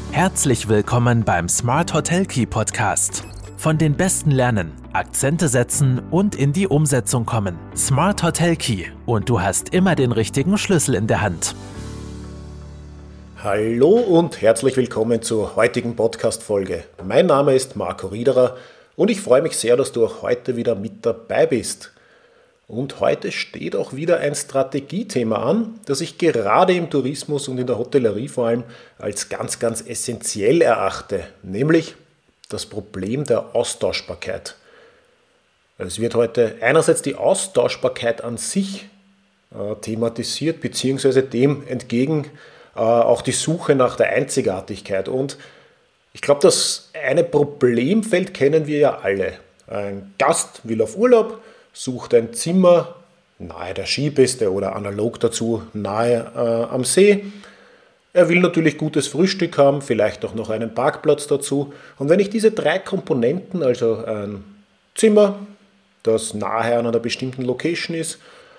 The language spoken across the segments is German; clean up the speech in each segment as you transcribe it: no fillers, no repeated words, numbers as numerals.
Herzlich willkommen beim Smart Hotel Key Podcast. Von den Besten lernen, Akzente setzen und in die Umsetzung kommen. Smart Hotel Key und du hast immer den richtigen Schlüssel in der Hand. Hallo und herzlich willkommen zur heutigen Podcast-Folge. Mein Name ist Marco Riederer und ich freue mich sehr, dass du auch heute wieder mit dabei bist. Und heute steht auch wieder ein Strategiethema an, das ich gerade im Tourismus und in der Hotellerie vor allem als ganz essentiell erachte, nämlich das Problem der Austauschbarkeit. Es wird heute einerseits die Austauschbarkeit an sich thematisiert, beziehungsweise dem entgegen auch die Suche nach der Einzigartigkeit. Und ich glaube, das eine Problemfeld kennen wir ja alle. Ein Gast will auf Urlaub, sucht ein Zimmer nahe der Skipiste oder analog dazu nahe am See. Er will natürlich gutes Frühstück haben, vielleicht auch noch einen Parkplatz dazu. Und wenn ich diese drei Komponenten, also ein Zimmer, das nahe an einer bestimmten Location ist,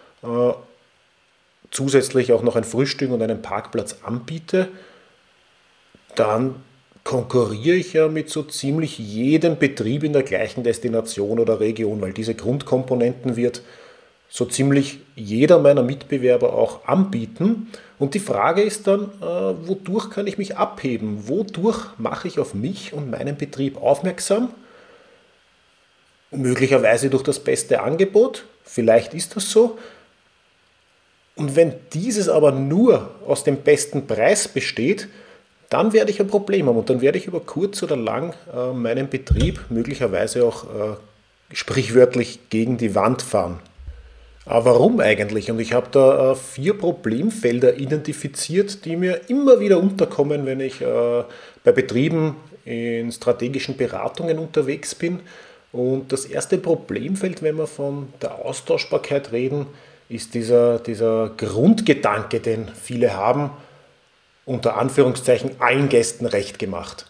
zusätzlich auch noch ein Frühstück und einen Parkplatz anbiete, dann konkurriere ich ja mit so ziemlich jedem Betrieb in der gleichen Destination oder Region, weil diese Grundkomponenten wird so ziemlich jeder meiner Mitbewerber auch anbieten. Und die Frage ist dann, wodurch kann ich mich abheben? Wodurch mache ich auf mich und meinen Betrieb aufmerksam? Möglicherweise durch das beste Angebot, vielleicht ist das so. Und wenn dieses aber nur aus dem besten Preis besteht, dann werde ich ein Problem haben und dann werde ich über kurz oder lang meinen Betrieb möglicherweise auch sprichwörtlich gegen die Wand fahren. Aber warum eigentlich? Und ich habe da 4 Problemfelder identifiziert, die mir immer wieder unterkommen, wenn ich bei Betrieben in strategischen Beratungen unterwegs bin. Und das erste Problemfeld, wenn wir von der Austauschbarkeit reden, ist dieser Grundgedanke, den viele haben, unter Anführungszeichen allen Gästen recht gemacht.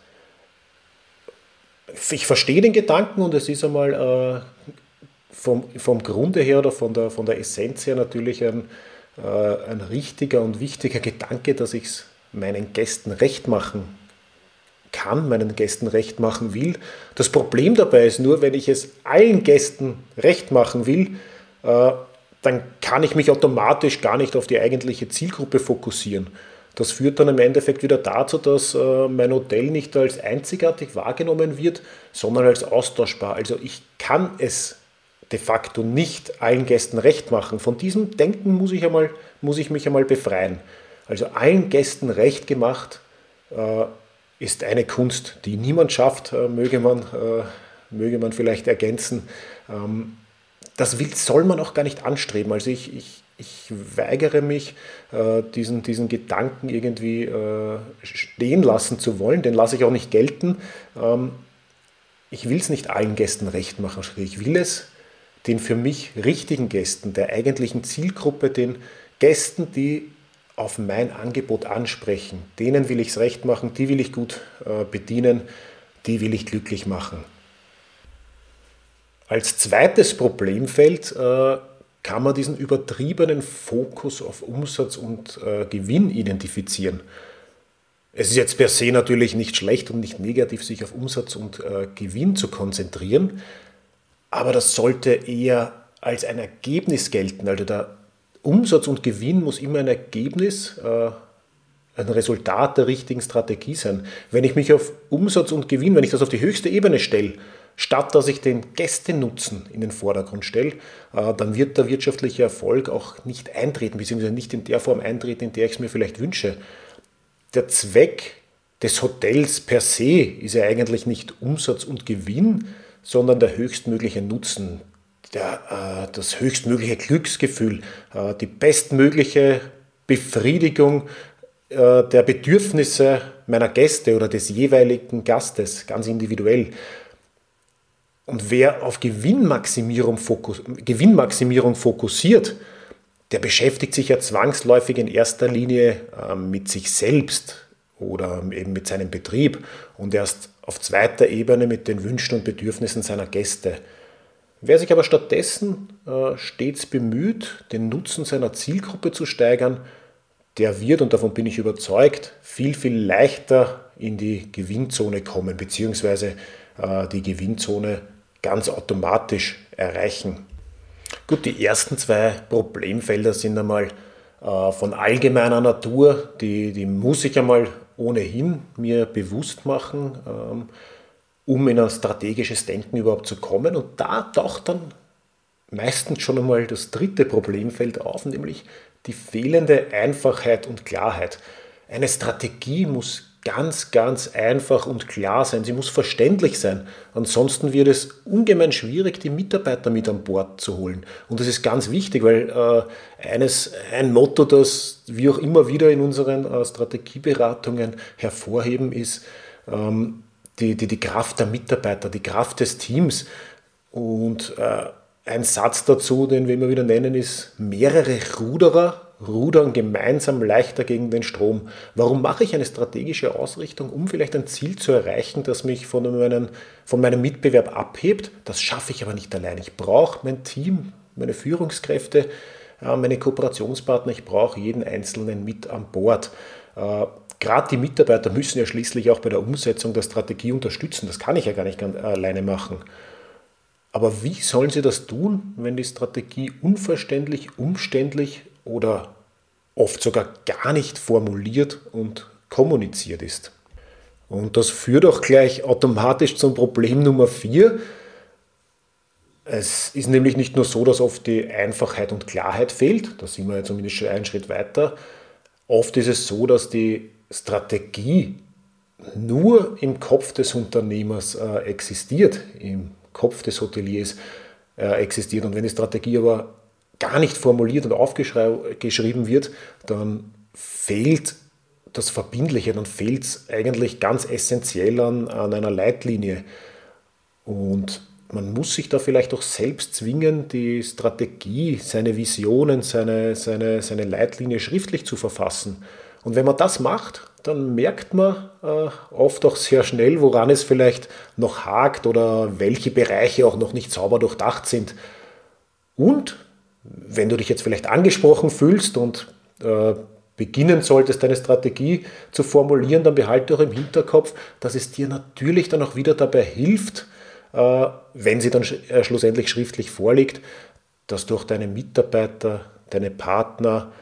Ich verstehe den Gedanken und es ist einmal vom Grunde her oder von der Essenz her natürlich ein richtiger und wichtiger Gedanke, dass ich es meinen Gästen recht machen kann, meinen Gästen recht machen will. Das Problem dabei ist nur, wenn ich es allen Gästen recht machen will, dann kann ich mich automatisch gar nicht auf die eigentliche Zielgruppe fokussieren. Das führt dann im Endeffekt wieder dazu, dass mein Hotel nicht als einzigartig wahrgenommen wird, sondern als austauschbar. Also ich kann es de facto nicht allen Gästen recht machen. Von diesem Denken muss ich mich einmal befreien. Also allen Gästen recht gemacht ist eine Kunst, die niemand schafft, möge man vielleicht ergänzen. Das soll man auch gar nicht anstreben. Also ich weigere mich, diesen Gedanken irgendwie stehen lassen zu wollen. Den lasse ich auch nicht gelten. Ich will es nicht allen Gästen recht machen. Ich will es den für mich richtigen Gästen, der eigentlichen Zielgruppe, den Gästen, die auf mein Angebot ansprechen, denen will ich es recht machen, die will ich gut bedienen, die will ich glücklich machen. Als zweites Problemfeld kann man diesen übertriebenen Fokus auf Umsatz und Gewinn identifizieren. Es ist jetzt per se natürlich nicht schlecht und nicht negativ, sich auf Umsatz und Gewinn zu konzentrieren, aber das sollte eher als ein Ergebnis gelten. Also der Umsatz und Gewinn muss immer ein Ergebnis, ein Resultat der richtigen Strategie sein. Wenn ich mich auf Umsatz und Gewinn, wenn ich das auf die höchste Ebene stelle, statt dass ich den Gästenutzen in den Vordergrund stelle, dann wird der wirtschaftliche Erfolg auch nicht eintreten, beziehungsweise nicht in der Form eintreten, in der ich es mir vielleicht wünsche. Der Zweck des Hotels per se ist ja eigentlich nicht Umsatz und Gewinn, sondern der höchstmögliche Nutzen, das höchstmögliche Glücksgefühl, die bestmögliche Befriedigung der Bedürfnisse meiner Gäste oder des jeweiligen Gastes, ganz individuell. Und wer auf Gewinnmaximierung fokussiert, der beschäftigt sich ja zwangsläufig in erster Linie mit sich selbst oder eben mit seinem Betrieb und erst auf zweiter Ebene mit den Wünschen und Bedürfnissen seiner Gäste. Wer sich aber stattdessen stets bemüht, den Nutzen seiner Zielgruppe zu steigern, der wird, und davon bin ich überzeugt, viel leichter in die Gewinnzone kommen, beziehungsweise die Gewinnzone ganz automatisch erreichen. Gut, die ersten 2 Problemfelder sind einmal von allgemeiner Natur, die muss ich einmal ohnehin mir bewusst machen, um in ein strategisches Denken überhaupt zu kommen. Und da taucht dann meistens schon einmal das 3. Problemfeld auf, nämlich die fehlende Einfachheit und Klarheit. Eine Strategie muss ganz, ganz einfach und klar sein. Sie muss verständlich sein. Ansonsten wird es ungemein schwierig, die Mitarbeiter mit an Bord zu holen. Und das ist ganz wichtig, weil ein Motto, das wir auch immer wieder in unseren Strategieberatungen hervorheben, ist die Kraft der Mitarbeiter, die Kraft des Teams. Und ein Satz dazu, den wir immer wieder nennen, ist: mehrere Ruderer rudern gemeinsam leichter gegen den Strom. Warum mache ich eine strategische Ausrichtung? Um vielleicht ein Ziel zu erreichen, das mich von meinem Mitbewerb abhebt. Das schaffe ich aber nicht allein. Ich brauche mein Team, meine Führungskräfte, meine Kooperationspartner. Ich brauche jeden Einzelnen mit an Bord. Gerade die Mitarbeiter müssen ja schließlich auch bei der Umsetzung der Strategie unterstützen. Das kann ich ja gar nicht alleine machen. Aber wie sollen sie das tun, wenn die Strategie unverständlich, umständlich oder oft sogar gar nicht formuliert und kommuniziert ist? Und das führt auch gleich automatisch zum Problem Nummer 4. Es ist nämlich nicht nur so, dass oft die Einfachheit und Klarheit fehlt, da sind wir ja zumindest schon einen Schritt weiter. Oft ist es so, dass die Strategie nur im Kopf des Unternehmers existiert, im Kopf des Hoteliers existiert. Und wenn die Strategie aber gar nicht formuliert und aufgeschrieben wird, dann fehlt das Verbindliche, dann fehlt es eigentlich ganz essentiell an einer Leitlinie. Und man muss sich da vielleicht auch selbst zwingen, die Strategie, seine Visionen, seine Leitlinie schriftlich zu verfassen. Und wenn man das macht, dann merkt man oft auch sehr schnell, woran es vielleicht noch hakt oder welche Bereiche auch noch nicht sauber durchdacht sind. Und wenn du dich jetzt vielleicht angesprochen fühlst und beginnen solltest, deine Strategie zu formulieren, dann behalte auch im Hinterkopf, dass es dir natürlich dann auch wieder dabei hilft, wenn sie dann schlussendlich schriftlich vorliegt, dass durch deine Mitarbeiter, deine Partner,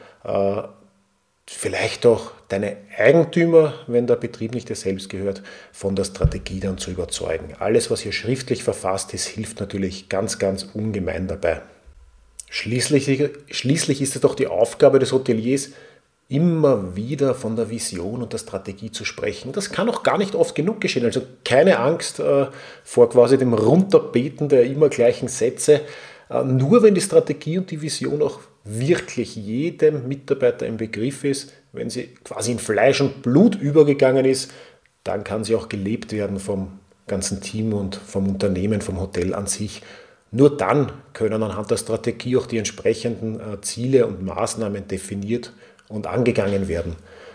vielleicht auch deine Eigentümer, wenn der Betrieb nicht dir selbst gehört, von der Strategie dann zu überzeugen. Alles, was hier schriftlich verfasst ist, hilft natürlich ganz, ganz ungemein dabei. Schließlich ist es doch die Aufgabe des Hoteliers, immer wieder von der Vision und der Strategie zu sprechen. Das kann auch gar nicht oft genug geschehen. Also keine Angst vor quasi dem Runterbeten der immer gleichen Sätze. Nur wenn die Strategie und die Vision auch wirklich jedem Mitarbeiter im Begriff ist, wenn sie quasi in Fleisch und Blut übergegangen ist, dann kann sie auch gelebt werden vom ganzen Team und vom Unternehmen, vom Hotel an sich. Nur dann können anhand der Strategie auch die entsprechenden Ziele und Maßnahmen definiert und angegangen werden.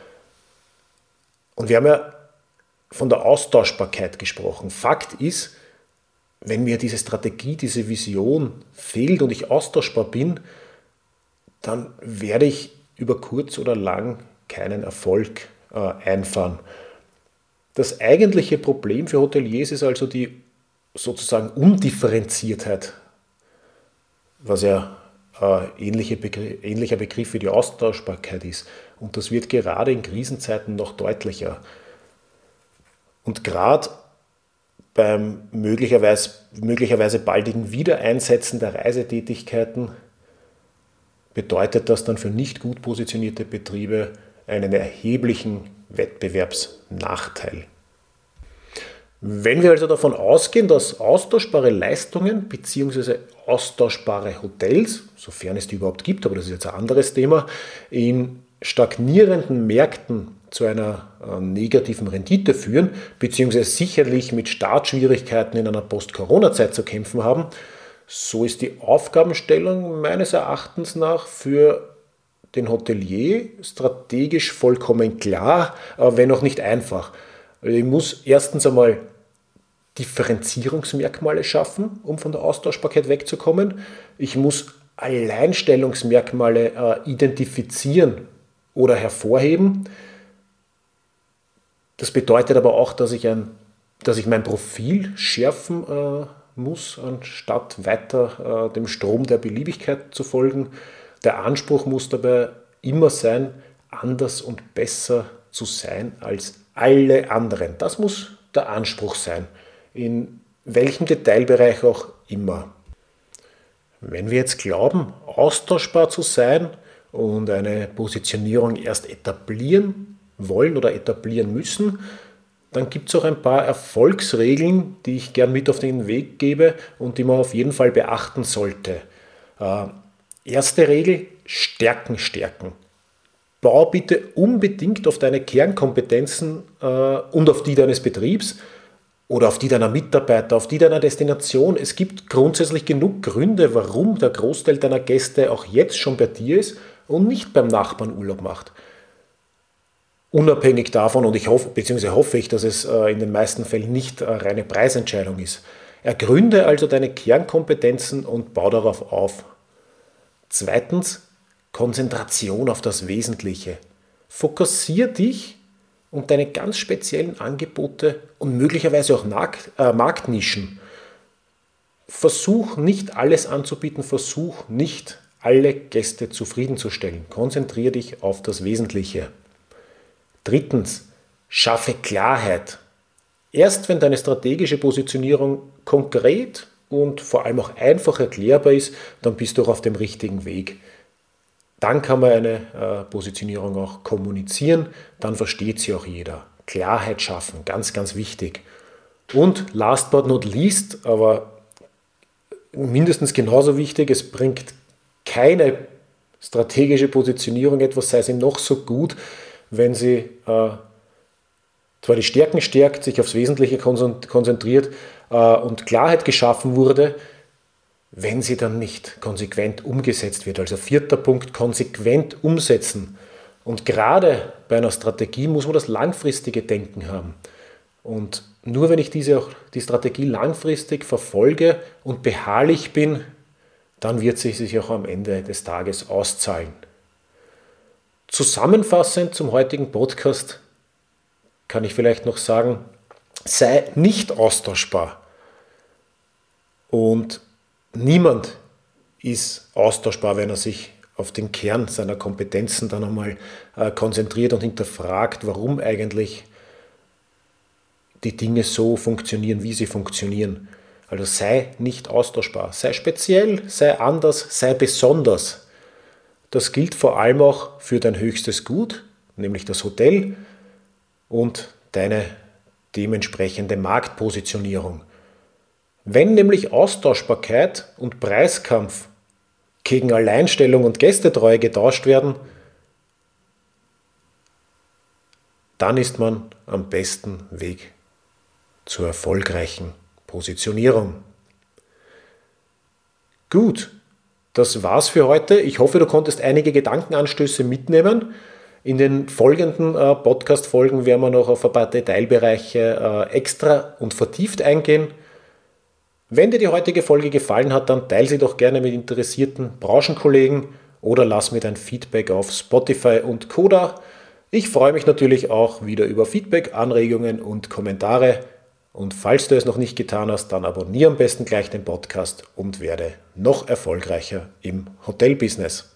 Und wir haben ja von der Austauschbarkeit gesprochen. Fakt ist, wenn mir diese Strategie, diese Vision fehlt und ich austauschbar bin, dann werde ich über kurz oder lang keinen Erfolg einfahren. Das eigentliche Problem für Hoteliers ist also die sozusagen Undifferenziertheit, was ja ähnlicher Begriff wie die Austauschbarkeit ist. Und das wird gerade in Krisenzeiten noch deutlicher. Und gerade beim möglicherweise baldigen Wiedereinsetzen der Reisetätigkeiten bedeutet das dann für nicht gut positionierte Betriebe einen erheblichen Wettbewerbsnachteil. Wenn wir also davon ausgehen, dass austauschbare Leistungen bzw. austauschbare Hotels, sofern es die überhaupt gibt, aber das ist jetzt ein anderes Thema, in stagnierenden Märkten zu einer negativen Rendite führen, beziehungsweise sicherlich mit Startschwierigkeiten in einer Post-Corona-Zeit zu kämpfen haben, so ist die Aufgabenstellung meines Erachtens nach für den Hotelier strategisch vollkommen klar, wenn auch nicht einfach. Ich muss erstens einmal Differenzierungsmerkmale schaffen, um von der Austauschbarkeit wegzukommen. Ich muss Alleinstellungsmerkmale identifizieren oder hervorheben. Das bedeutet aber auch, dass ich mein Profil schärfen muss, anstatt weiter dem Strom der Beliebigkeit zu folgen. Der Anspruch muss dabei immer sein, anders und besser zu sein als alle anderen. Das muss der Anspruch sein, in welchem Detailbereich auch immer. Wenn wir jetzt glauben, austauschbar zu sein und eine Positionierung erst etablieren wollen oder etablieren müssen, dann gibt es auch ein paar Erfolgsregeln, die ich gern mit auf den Weg gebe und die man auf jeden Fall beachten sollte. Erste Regel, Stärken stärken. Bau bitte unbedingt auf deine Kernkompetenzen und auf die deines Betriebs oder auf die deiner Mitarbeiter, auf die deiner Destination. Es gibt grundsätzlich genug Gründe, warum der Großteil deiner Gäste auch jetzt schon bei dir ist und nicht beim Nachbarn Urlaub macht. Unabhängig davon, und ich hoffe ich, dass es in den meisten Fällen nicht eine reine Preisentscheidung ist. Ergründe also deine Kernkompetenzen und bau darauf auf. Zweitens, Konzentration auf das Wesentliche. Fokussier dich und deine ganz speziellen Angebote und möglicherweise auch Marktnischen. Versuch nicht alles anzubieten, versuch nicht alle Gäste zufriedenzustellen. Konzentriere dich auf das Wesentliche. Drittens, schaffe Klarheit. Erst wenn deine strategische Positionierung konkret und vor allem auch einfach erklärbar ist, dann bist du auch auf dem richtigen Weg. Dann kann man eine Positionierung auch kommunizieren, dann versteht sie auch jeder. Klarheit schaffen, ganz, ganz wichtig. Und last but not least, aber mindestens genauso wichtig, es bringt keine strategische Positionierung etwas, sei sie noch so gut, wenn sie zwar die Stärken stärkt, sich aufs Wesentliche konzentriert und Klarheit geschaffen wurde, wenn sie dann nicht konsequent umgesetzt wird. Also vierter Punkt, konsequent umsetzen. Und gerade bei einer Strategie muss man das langfristige Denken haben. Und nur wenn ich die Strategie langfristig verfolge und beharrlich bin, dann wird sie sich auch am Ende des Tages auszahlen. Zusammenfassend zum heutigen Podcast kann ich vielleicht noch sagen, sei nicht austauschbar. Und niemand ist austauschbar, wenn er sich auf den Kern seiner Kompetenzen dann einmal konzentriert und hinterfragt, warum eigentlich die Dinge so funktionieren, wie sie funktionieren. Also sei nicht austauschbar, sei speziell, sei anders, sei besonders. Das gilt vor allem auch für dein höchstes Gut, nämlich das Hotel und deine dementsprechende Marktpositionierung. Wenn nämlich Austauschbarkeit und Preiskampf gegen Alleinstellung und Gästetreue getauscht werden, dann ist man am besten Weg zur erfolgreichen Positionierung. Gut, das war's für heute. Ich hoffe, du konntest einige Gedankenanstöße mitnehmen. In den folgenden Podcast-Folgen werden wir noch auf ein paar Detailbereiche extra und vertieft eingehen. Wenn dir die heutige Folge gefallen hat, dann teile sie doch gerne mit interessierten Branchenkollegen oder lass mir dein Feedback auf Spotify und Co. da. Ich freue mich natürlich auch wieder über Feedback, Anregungen und Kommentare. Und falls du es noch nicht getan hast, dann abonniere am besten gleich den Podcast und werde noch erfolgreicher im Hotelbusiness.